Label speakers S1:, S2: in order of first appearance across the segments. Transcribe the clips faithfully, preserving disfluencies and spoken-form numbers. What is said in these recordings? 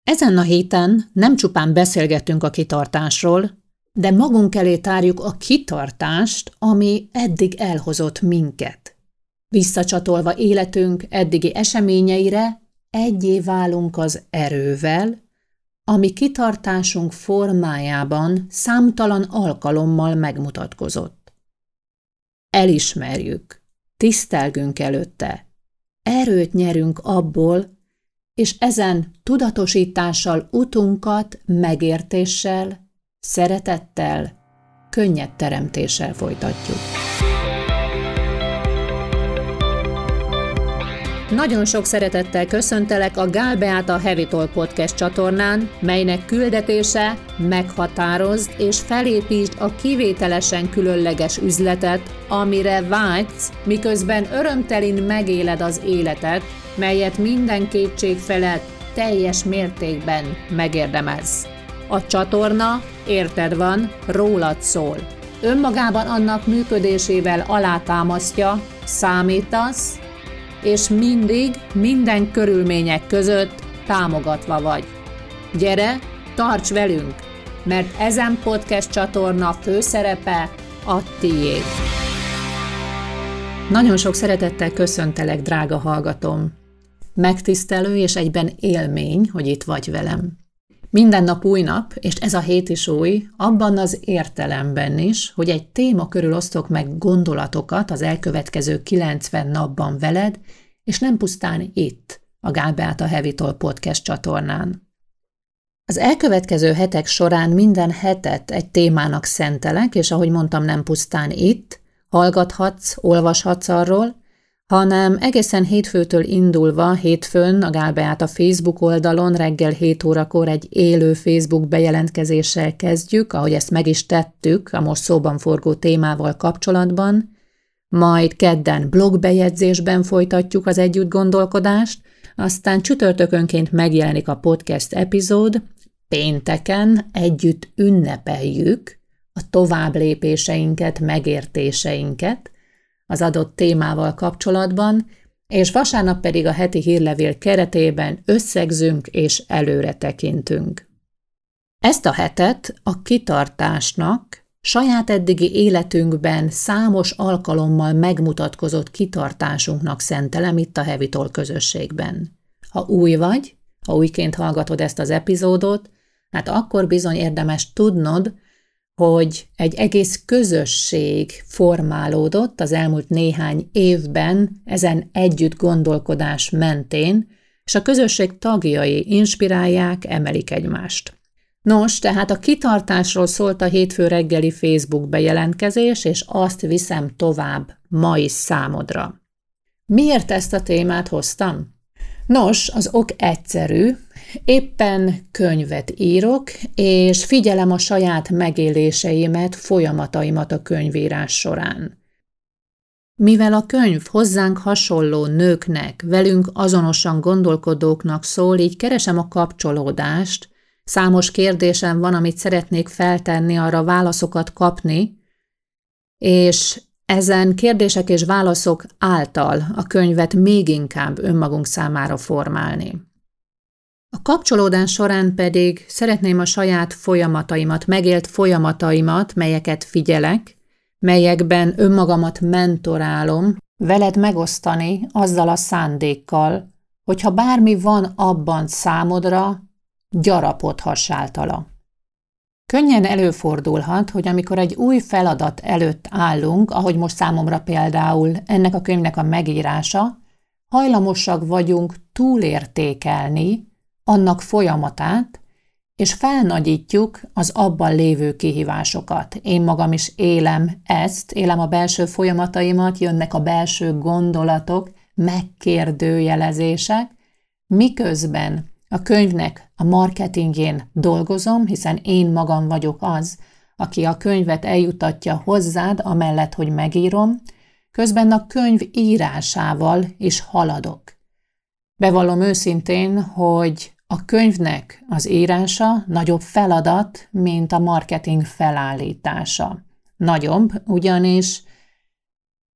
S1: Ezen a héten nem csupán beszélgettünk a kitartásról, de magunk elé tárjuk a kitartást, ami eddig elhozott minket. Visszacsatolva életünk eddigi eseményeire, eggyé válunk az erővel, ami kitartásunk formájában számtalan alkalommal megmutatkozott. Elismerjük, tisztelgünk előtte, erőt nyerünk abból, és ezen tudatosítással utunkat megértéssel, szeretettel, könnyed teremtéssel folytatjuk. Nagyon sok szeretettel köszöntelek a Gál Beáta Heavy Talk Podcast csatornán, melynek küldetése meghatározd és felépítsd a kivételesen különleges üzletet, amire vágysz, miközben örömtelin megéled az életet, melyet minden kétség felett teljes mértékben megérdemelsz. A csatorna, érted van, rólad szól. Önmagában annak működésével alátámasztja, számítasz, és mindig, minden körülmények között támogatva vagy. Gyere, tarts velünk, mert ezen podcast csatorna főszerepe a tiéd. Nagyon sok szeretettel köszöntelek, drága hallgatom. Megtisztelő és egyben élmény, hogy itt vagy velem. Minden nap új nap, és ez a hét is új, abban az értelemben is, hogy egy téma körül osztok meg gondolatokat az elkövetkező kilencven napban veled, és nem pusztán itt, a Gál Beáta Heavy Talk Podcast csatornán. Az elkövetkező hetek során minden hetet egy témának szentelek, és ahogy mondtam, nem pusztán itt, hallgathatsz, olvashatsz arról, hanem egészen hétfőtől indulva, hétfőn a Gál Beáta Facebook oldalon reggel hét órakor egy élő Facebook bejelentkezéssel kezdjük, ahogy ezt meg is tettük a most szóban forgó témával kapcsolatban, majd kedden blogbejegyzésben folytatjuk az együtt gondolkodást, aztán csütörtökönként megjelenik a podcast epizód, pénteken együtt ünnepeljük a továbblépéseinket, megértéseinket az adott témával kapcsolatban, és vasárnap pedig a heti hírlevél keretében összegzünk és előre tekintünk. Ezt a hetet a kitartásnak, saját eddigi életünkben számos alkalommal megmutatkozott kitartásunknak szentelem itt a Heavy Talk közösségben. Ha új vagy, ha újként hallgatod ezt az epizódot, hát akkor bizony érdemes tudnod, hogy egy egész közösség formálódott az elmúlt néhány évben ezen együtt gondolkodás mentén, és a közösség tagjai inspirálják, emelik egymást. Nos, tehát a kitartásról szólt a hétfő reggeli Facebook bejelentkezés, és azt viszem tovább ma is számodra. Miért ezt a témát hoztam? Nos, az ok egyszerű, éppen könyvet írok, és figyelem a saját megéléseimet, folyamataimat a könyvírás során. Mivel a könyv hozzánk hasonló nőknek, velünk azonosan gondolkodóknak szól, így keresem a kapcsolódást, számos kérdésem van, amit szeretnék feltenni, arra válaszokat kapni, és ezen kérdések és válaszok által a könyvet még inkább önmagunk számára formálni. A kapcsolódás során pedig szeretném a saját folyamataimat, megélt folyamataimat, melyeket figyelek, melyekben önmagamat mentorálom, veled megosztani azzal a szándékkal, hogyha bármi van abban számodra, gyarapodhass általa. Könnyen előfordulhat, hogy amikor egy új feladat előtt állunk, ahogy most számomra például ennek a könyvnek a megírása, hajlamosak vagyunk túlértékelni annak folyamatát, és felnagyítjuk az abban lévő kihívásokat. Én magam is élem ezt, élem a belső folyamataimat, jönnek a belső gondolatok, megkérdőjelezések, miközben a könyvnek a marketingjén dolgozom, hiszen én magam vagyok az, aki a könyvet eljutatja hozzád, amellett, hogy megírom, közben a könyv írásával is haladok. Bevallom őszintén, hogy a könyvnek az írása nagyobb feladat, mint a marketing felállítása. Nagyobb, ugyanis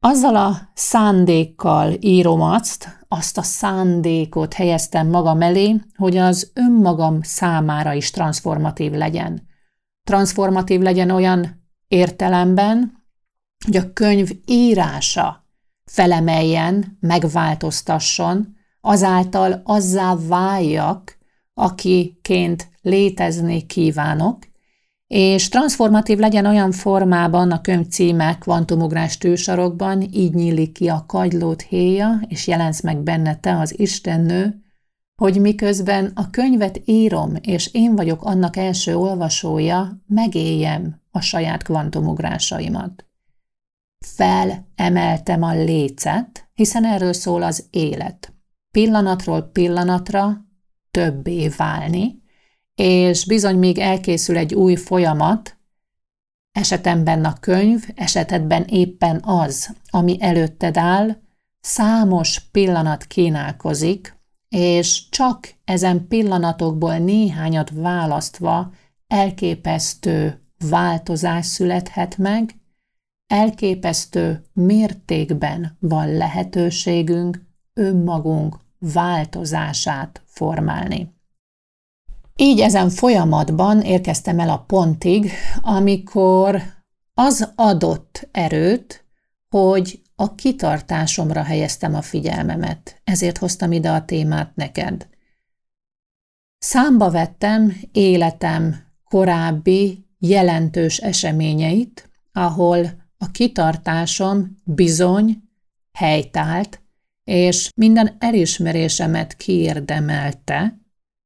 S1: Azzal a szándékkal írom azt, azt a szándékot helyeztem magam elé, hogy az önmagam számára is transformatív legyen. Transformatív legyen olyan értelemben, hogy a könyv írása felemeljen, megváltoztasson, azáltal azzá váljak, akiként létezni kívánok, és transformatív legyen olyan formában a könyv címe Kvantumugrás tűsarokban, így nyílik ki a kagylót héja, és jelensz meg benne te az Istennő, hogy miközben a könyvet írom, és én vagyok annak első olvasója, megéljem a saját kvantumugrásaimat. Felemeltem a lécet, hiszen erről szól az élet. Pillanatról pillanatra többé válni, és bizony még elkészül egy új folyamat, esetemben a könyv, esetedben éppen az, ami előtted áll, számos pillanat kínálkozik, és csak ezen pillanatokból néhányat választva elképesztő változás születhet meg, elképesztő mértékben van lehetőségünk önmagunk változását formálni. Így ezen folyamatban érkeztem el a pontig, amikor az adott erőt, hogy a kitartásomra helyeztem a figyelmemet. Ezért hoztam ide a témát neked. Számba vettem életem korábbi jelentős eseményeit, ahol a kitartásom bizony helytált, és minden elismerésemet kiérdemelte,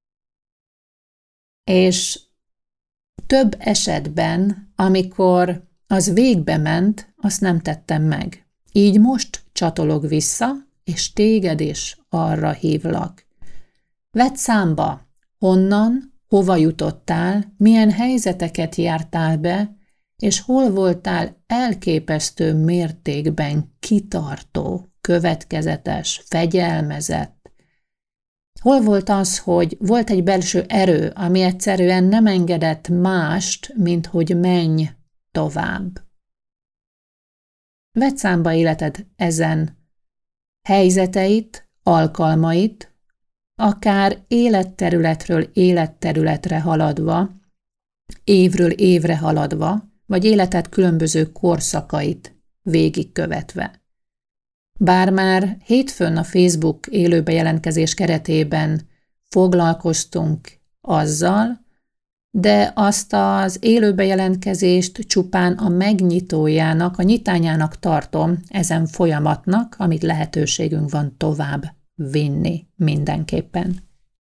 S1: és több esetben, amikor az végbe ment, azt nem tettem meg. Így most csatolog vissza, és téged is arra hívlak. Vedd számba, honnan, hova jutottál, milyen helyzeteket jártál be, és hol voltál elképesztő mértékben kitartó, következetes, fegyelmezett. Hol volt az, hogy volt egy belső erő, ami egyszerűen nem engedett mást, mint hogy menj tovább. Vedd számba életed ezen helyzeteit, alkalmait, akár életterületről életterületre haladva, évről évre haladva, vagy életed különböző korszakait végigkövetve. Bár már hétfőn a Facebook élőbejelentkezés keretében foglalkoztunk azzal, de azt az élőbejelentkezést csupán a megnyitójának, a nyitányának tartom ezen folyamatnak, amit lehetőségünk van tovább vinni mindenképpen.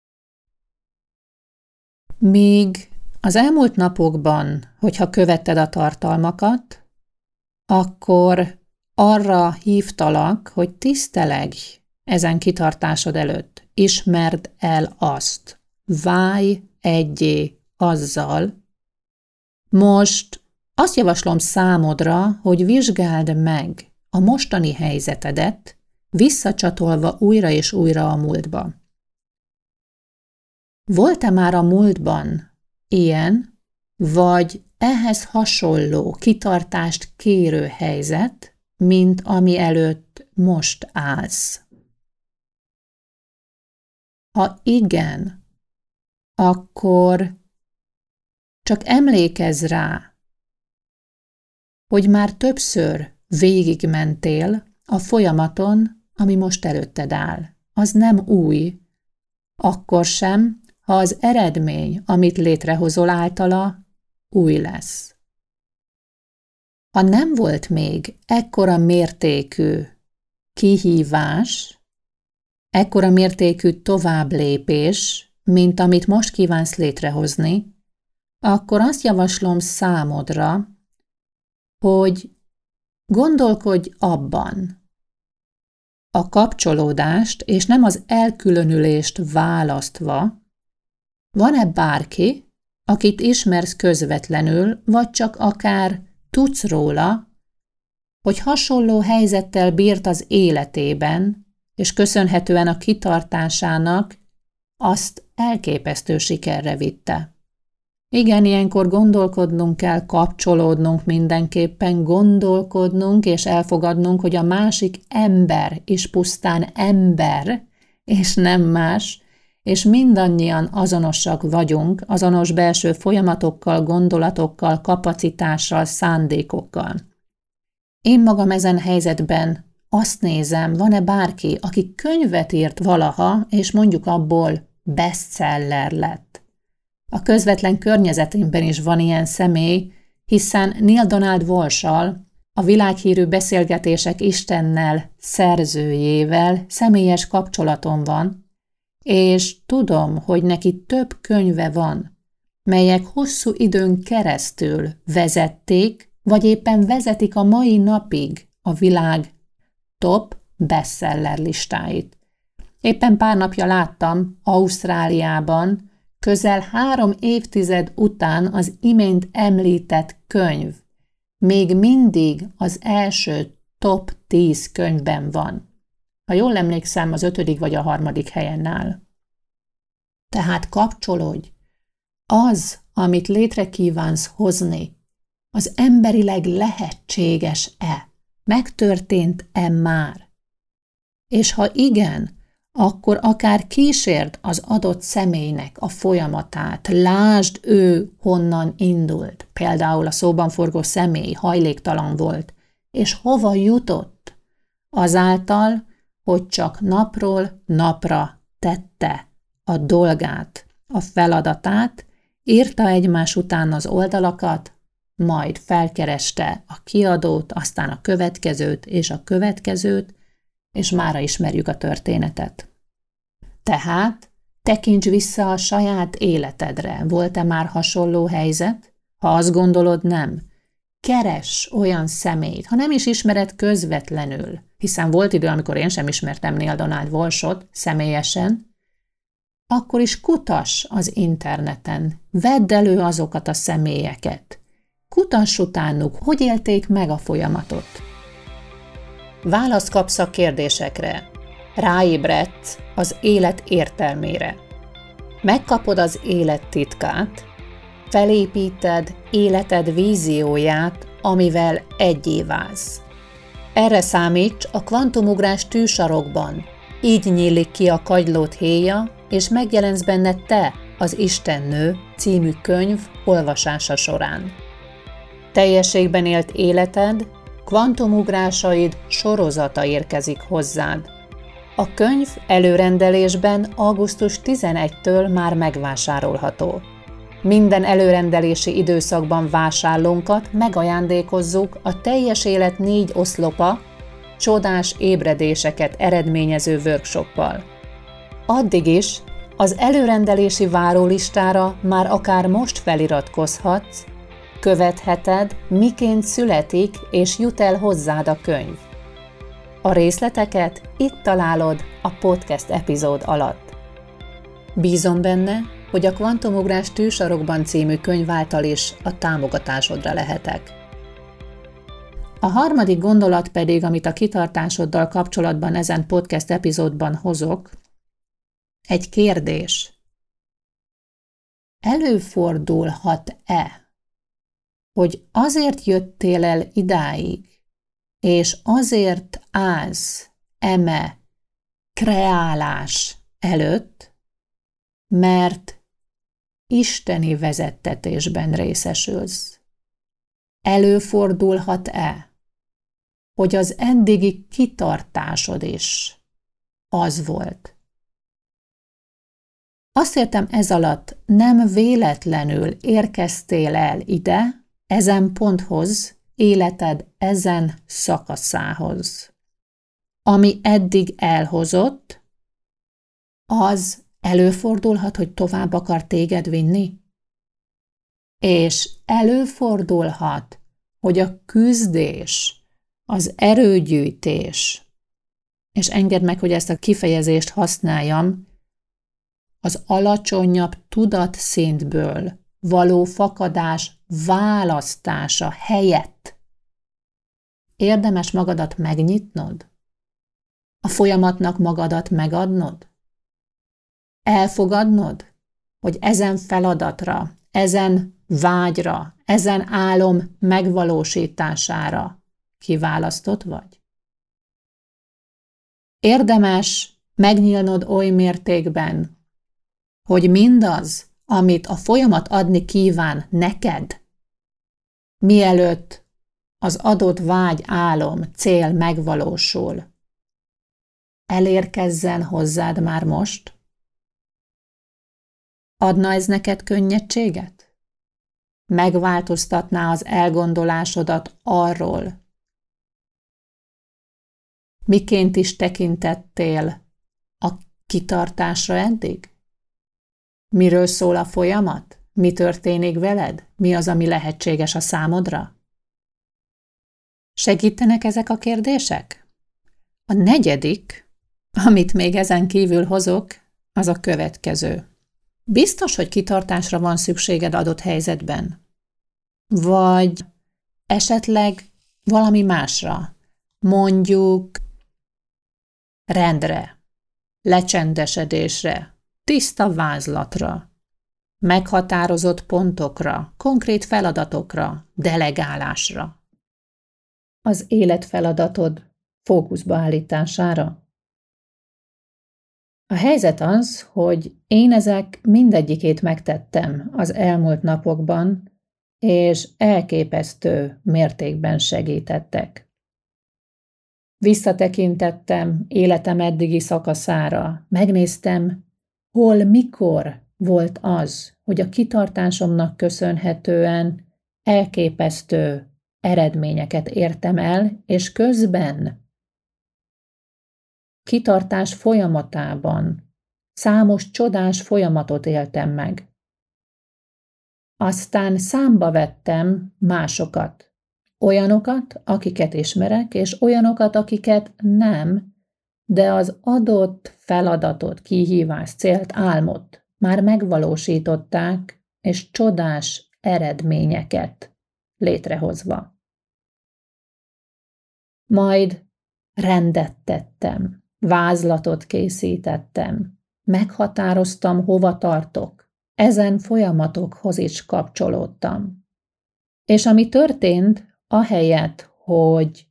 S1: Míg az elmúlt napokban, hogyha követted a tartalmakat, akkor arra hívtalak, hogy tisztelegj ezen kitartásod előtt. Ismerd el azt. Válj egyé azzal. Most azt javaslom számodra, hogy vizsgáld meg a mostani helyzetedet, visszacsatolva újra és újra a múltba. Volt-e már a múltban ilyen, vagy ehhez hasonló kitartást kérő helyzet, mint ami előtt most állsz? Ha igen, akkor csak emlékezz rá, hogy már többször végigmentél a folyamaton, ami most előtted áll. Az nem új, akkor sem, ha az eredmény, amit létrehozol általa, új lesz. Ha nem volt még ekkora mértékű kihívás, ekkora mértékű továbblépés, mint amit most kívánsz létrehozni, akkor azt javaslom számodra, hogy gondolkodj abban, a kapcsolódást és nem az elkülönülést választva, van-e bárki, akit ismersz közvetlenül, vagy csak akár tudsz róla, hogy hasonló helyzettel bírt az életében, és köszönhetően a kitartásának azt elképesztő sikerre vitte. Igen, ilyenkor gondolkodnunk kell, kapcsolódnunk mindenképpen, gondolkodnunk és elfogadnunk, hogy a másik ember is pusztán ember, és nem más, és mindannyian azonosak vagyunk, azonos belső folyamatokkal, gondolatokkal, kapacitással, szándékokkal. Én magam ezen helyzetben azt nézem, van-e bárki, aki könyvet írt valaha, és mondjuk abból bestseller lett. A közvetlen környezetemben is van ilyen személy, hiszen Neale Donald Walsh-sal, a világhírű Beszélgetések Istennel szerzőjével személyes kapcsolatom van, és tudom, hogy neki több könyve van, melyek hosszú időn keresztül vezették, vagy éppen vezetik a mai napig a világ top bestseller listáit. Éppen pár napja láttam Ausztráliában, közel három évtized után az imént említett könyv még mindig az első top tíz könyvben van. Ha jól emlékszem, az ötödik vagy a harmadik helyen áll. Tehát kapcsolódj! Az, amit létre kívánsz hozni, az emberileg lehetséges-e? Megtörtént-e már? És ha igen, akkor akár kísérd az adott személynek a folyamatát, lásd ő honnan indult, például a szóban forgó személy hajléktalan volt, és hova jutott, azáltal, hogy csak napról napra tette a dolgát, a feladatát, írta egymás után az oldalakat, majd felkereste a kiadót, aztán a következőt és a következőt, és mára ismerjük a történetet. Tehát tekints vissza a saját életedre. Volt-e már hasonló helyzet? Ha azt gondolod, nem. Keres olyan személyt, ha nem is ismered közvetlenül, hiszen volt idő, amikor én sem ismertem Neale Donald Walsh-ot személyesen, akkor is kutass az interneten, vedd elő azokat a személyeket. Kutass utánuk, hogy élték meg a folyamatot. Választ kapsz a kérdésekre, ráébredsz az élet értelmére. Megkapod az élet titkát, felépíted életed vízióját, amivel egyé válsz. Erre számíts a kvantumugrás tűsarokban, így nyílik ki a kagylót héja, és megjelensz benne te, az Istennő című könyv olvasása során. Teljességben élt életed, kvantumugrásaid sorozata érkezik hozzád. A könyv előrendelésben augusztus tizenegyedikétől már megvásárolható. Minden előrendelési időszakban vásárlónkat megajándékozzuk a Teljes Élet négy oszlopa, csodás ébredéseket eredményező workshoppal. Addig is az előrendelési várólistára már akár most feliratkozhatsz, követheted, miként születik és jut el hozzád a könyv. A részleteket itt találod a podcast epizód alatt. Bízom benne, hogy a Kvantumugrás tűsarokban című könyv által is a támogatásodra lehetek. A harmadik gondolat pedig, amit a kitartásoddal kapcsolatban ezen podcast epizódban hozok, egy kérdés. Előfordulhat-e, hogy azért jöttél el idáig, és azért állsz eme kreálás előtt, mert isteni vezettetésben részesülsz? Előfordulhat-e, hogy az eddigi kitartásod is az volt? Azt értem ez alatt, nem véletlenül érkeztél el ide, ezen ponthoz, életed ezen szakaszához. Ami eddig elhozott, az előfordulhat, hogy tovább akar téged vinni? És előfordulhat, hogy a küzdés, az erőgyűjtés, és engedd meg, hogy ezt a kifejezést használjam, az alacsonyabb tudatszintből való fakadás választása helyett érdemes magadat megnyitnod? A folyamatnak magadat megadnod? Elfogadnod, hogy ezen feladatra, ezen vágyra, ezen álom megvalósítására kiválasztott vagy? Érdemes megnyílnod oly mértékben, hogy mindaz, amit a folyamat adni kíván neked, mielőtt az adott vágy, álom, cél megvalósul, elérkezzen hozzád már most? Adna ez neked könnyedséget? Megváltoztatná az elgondolásodat arról, miként is tekintettél a kitartásra eddig? Miről szól a folyamat? Mi történik veled? Mi az, ami lehetséges a számodra? Segítenek ezek a kérdések? A negyedik, amit még ezen kívül hozok, az a következő. Biztos, hogy kitartásra van szükséged adott helyzetben? Vagy esetleg valami másra? Mondjuk rendre, lecsendesedésre, tiszta vázlatra, meghatározott pontokra, konkrét feladatokra, delegálásra. Az életfeladatod fókuszba állítására? A helyzet az, hogy én ezek mindegyikét megtettem az elmúlt napokban, és elképesztő mértékben segítettek. Visszatekintettem életem eddigi szakaszára, megnéztem, hol, mikor volt az, hogy a kitartásomnak köszönhetően elképesztő eredményeket értem el, és közben kitartás folyamatában számos csodás folyamatot éltem meg. Aztán számba vettem másokat, olyanokat, akiket ismerek, és olyanokat, akiket nem, de az adott feladatot, kihívást, célt, álmot már megvalósították, és csodás eredményeket létrehozva. Majd rendet tettem, vázlatot készítettem, meghatároztam, hova tartok, ezen folyamatokhoz is kapcsolódtam. És ami történt, ahelyett, hogy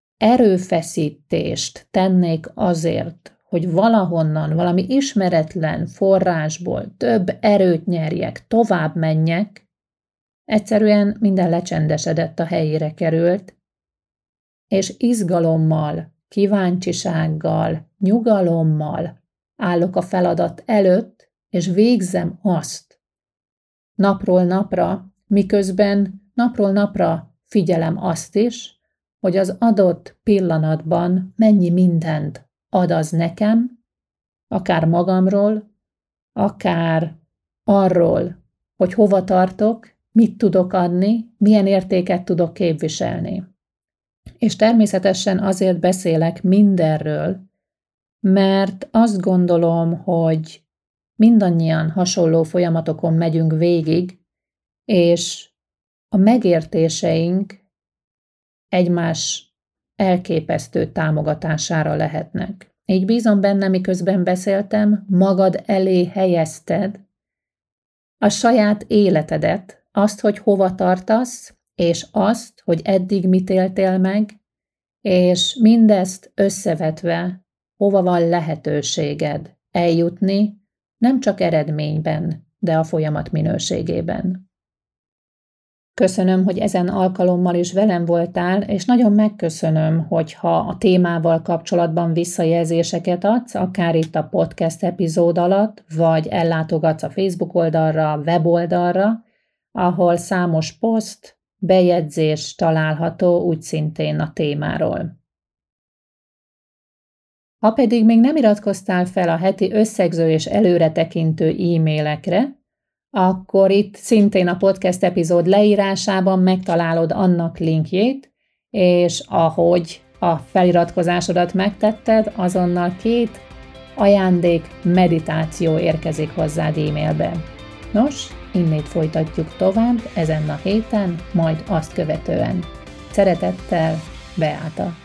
S1: erőfeszítést tennék azért, hogy valahonnan, valami ismeretlen forrásból több erőt nyerjek, tovább menjek, egyszerűen minden lecsendesedett, a helyére került, és izgalommal, kíváncsisággal, nyugalommal állok a feladat előtt, és végzem azt napról napra, miközben napról napra figyelem azt is, hogy az adott pillanatban mennyi mindent ad az nekem, akár magamról, akár arról, hogy hova tartok, mit tudok adni, milyen értéket tudok képviselni. És természetesen azért beszélek mindenről, mert azt gondolom, hogy mindannyian hasonló folyamatokon megyünk végig, és a megértéseink egymás elképesztő támogatására lehetnek. Így bízom benne, miközben beszéltem, magad elé helyezted a saját életedet, azt, hogy hova tartasz, és azt, hogy eddig mit éltél meg, és mindezt összevetve, hova van lehetőséged eljutni, nem csak eredményben, de a folyamat minőségében. Köszönöm, hogy ezen alkalommal is velem voltál, és nagyon megköszönöm, hogyha a témával kapcsolatban visszajelzéseket adsz, akár itt a podcast epizód alatt, vagy ellátogatsz a Facebook oldalra, weboldalra, ahol számos poszt, bejegyzés található úgy szintén a témáról. Ha pedig még nem iratkoztál fel a heti összegző és előretekintő e-mailekre, akkor itt szintén a podcast epizód leírásában megtalálod annak linkjét, és ahogy a feliratkozásodat megtetted, azonnal két ajándék meditáció érkezik hozzád e-mailbe. Nos, innét folytatjuk tovább ezen a héten, majd azt követően. Szeretettel, Beáta.